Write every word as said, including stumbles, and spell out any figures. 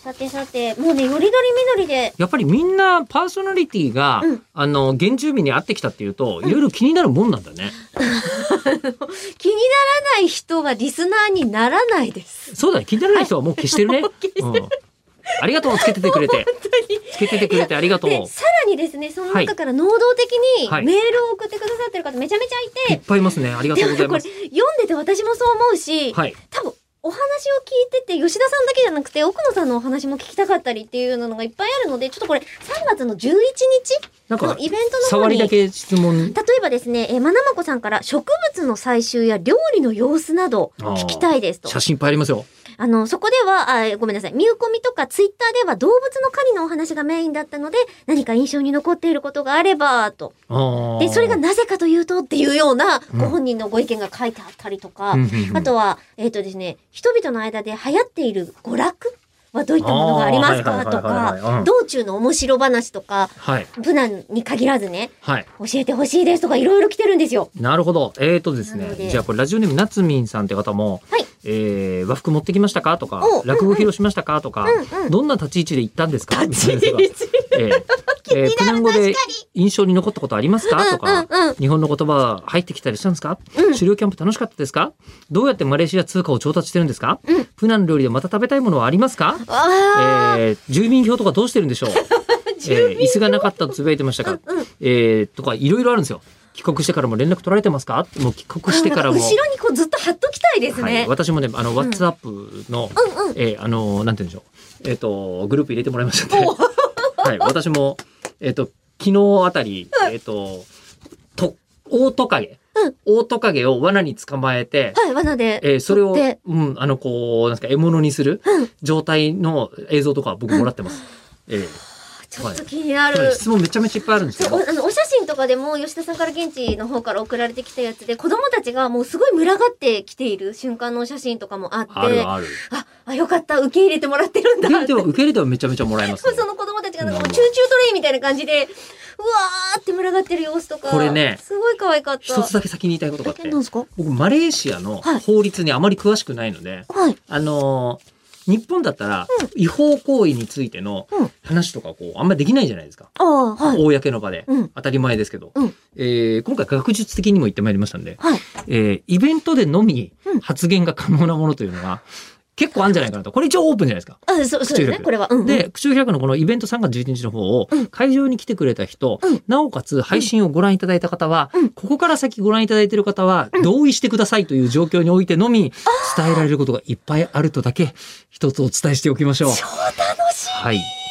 さてさて、もうね、よりどりみどりで。 やっぱりみんなパーソナリティが、うん、あの、原住民に会ってきたっていうと、いろいろ気になるもんなんだね。 気にならない人はリスナーにならないです。 そうだね。気にならない人はもう消してるね。はい、うん、ありがとう、つけててくれて。つけててくれてありがとう。 で、さらにですね、その中から能動的にメールを送ってくださってる方めちゃめちゃいて。 はい、いっぱいいますね。ありがとうございます。 これ読んでて私もそう思うし、はい、多分お話を聞いてて、吉田さんだけじゃなくて、奥野さんのお話も聞きたかったりっていうのがいっぱいあるので、ちょっとこれさんがつのじゅういちにちのイベントの方に。 触りだけ質問。 例えばですね、え、まなまこさんから植物の採集や料理の様子など聞きたいですと。 写真いっぱいありますよ。 あの、そこでは、あ、ごめんなさい。ミューコミとかツイッターでは動物の狩りのお話がメインだったので、何か印象に残っていることがあれば、と。で、それがなぜかというとっていうような、ご本人のご意見が書いてあったりとか、うん、あとは、えっとですね、人々の間で流行っている娯楽はどういったものがありますかとか、道中の面白話とか、はい、プナンに限らずね、はい、教えてほしいですとかいろいろ来てるんですよ。 なるほど。えーとですね、じゃあこれラジオネームなつみんさんって方も、はい、えー、和服持ってきましたかとか、落語披露しましたかとか、うんうん、どんな立ち位置で行ったんですかみたいなのが、えーえー、プナン語で印象に残ったことありますかとか、うんうん、日本の言葉は入ってきたりしたんですか、うん、狩猟キャンプ楽しかったですか、どうやってマレーシア通貨を調達してるんですか、うん、プナン料理でまた食べたいものはありますか、えー、住民票とかどうしてるんでしょうえー、椅子がなかったとつぶやいてましたか、うんうん、えー、とかいろいろあるんですよ。帰国してからも連絡取られてますか、もう帰国してからも後ろにこうずっと貼っときたいですね、はい、 私もね、あの、うん、ワッツアップの、うんうん、えー、あのなんて言うんでしょう、えっ、ー、とグループ入れてもらいましたねはい、私もえっ、ー、と昨日あたり、うん、えっ、ー、ととオオトカゲ、うん、オオトカゲを罠に捕まえて、 はい、罠で、 えー、それを、うん、あのこうなんですか、獲物にする状態の映像とか僕もらってます、うん、えーちょっと気になる、 はい、質問めちゃめちゃいっぱいあるんですよ。 あのお写真とかでも吉田さんから現地の方から送られてきたやつで、子供たちがもうすごい群がってきている瞬間のお写真とかもあって、 あるある、 ああよかった、受け入れてもらってるんだって。 受け入れては受け入れてはめちゃめちゃもらえます、ね、 その子供たちがなんかもうチューチュートレイみたいな感じでうわーって群がってる様子とか、 これねすごい可愛かった。 一つだけ先に言いたいことがあって、 何ですか？ 僕マレーシアの法律にあまり詳しくないので、はい、あのー日本だったら、うん、違法行為についての話とかこうあんまりできないじゃないですか、うんはい、公の場で、うん、当たり前ですけど、うんえー、今回学術的にも言ってまいりましたんで、はいえー、イベントでのみ発言が可能なものというのが結構あるんじゃないかなと。これ一応オープンじゃないですか。 あ、そう、そうですね、これは。うんうん、 で、口を開くのこのイベントさんがつじゅういちにちの方を、うん、会場に来てくれた人、うん、なおかつ配信をご覧いただいた方は、うん、ここから先ご覧いただいている方は、うん、同意してくださいという状況においてのみ、伝えられることがいっぱいあるとだけ、一つお伝えしておきましょう。 超楽しみ。 はい。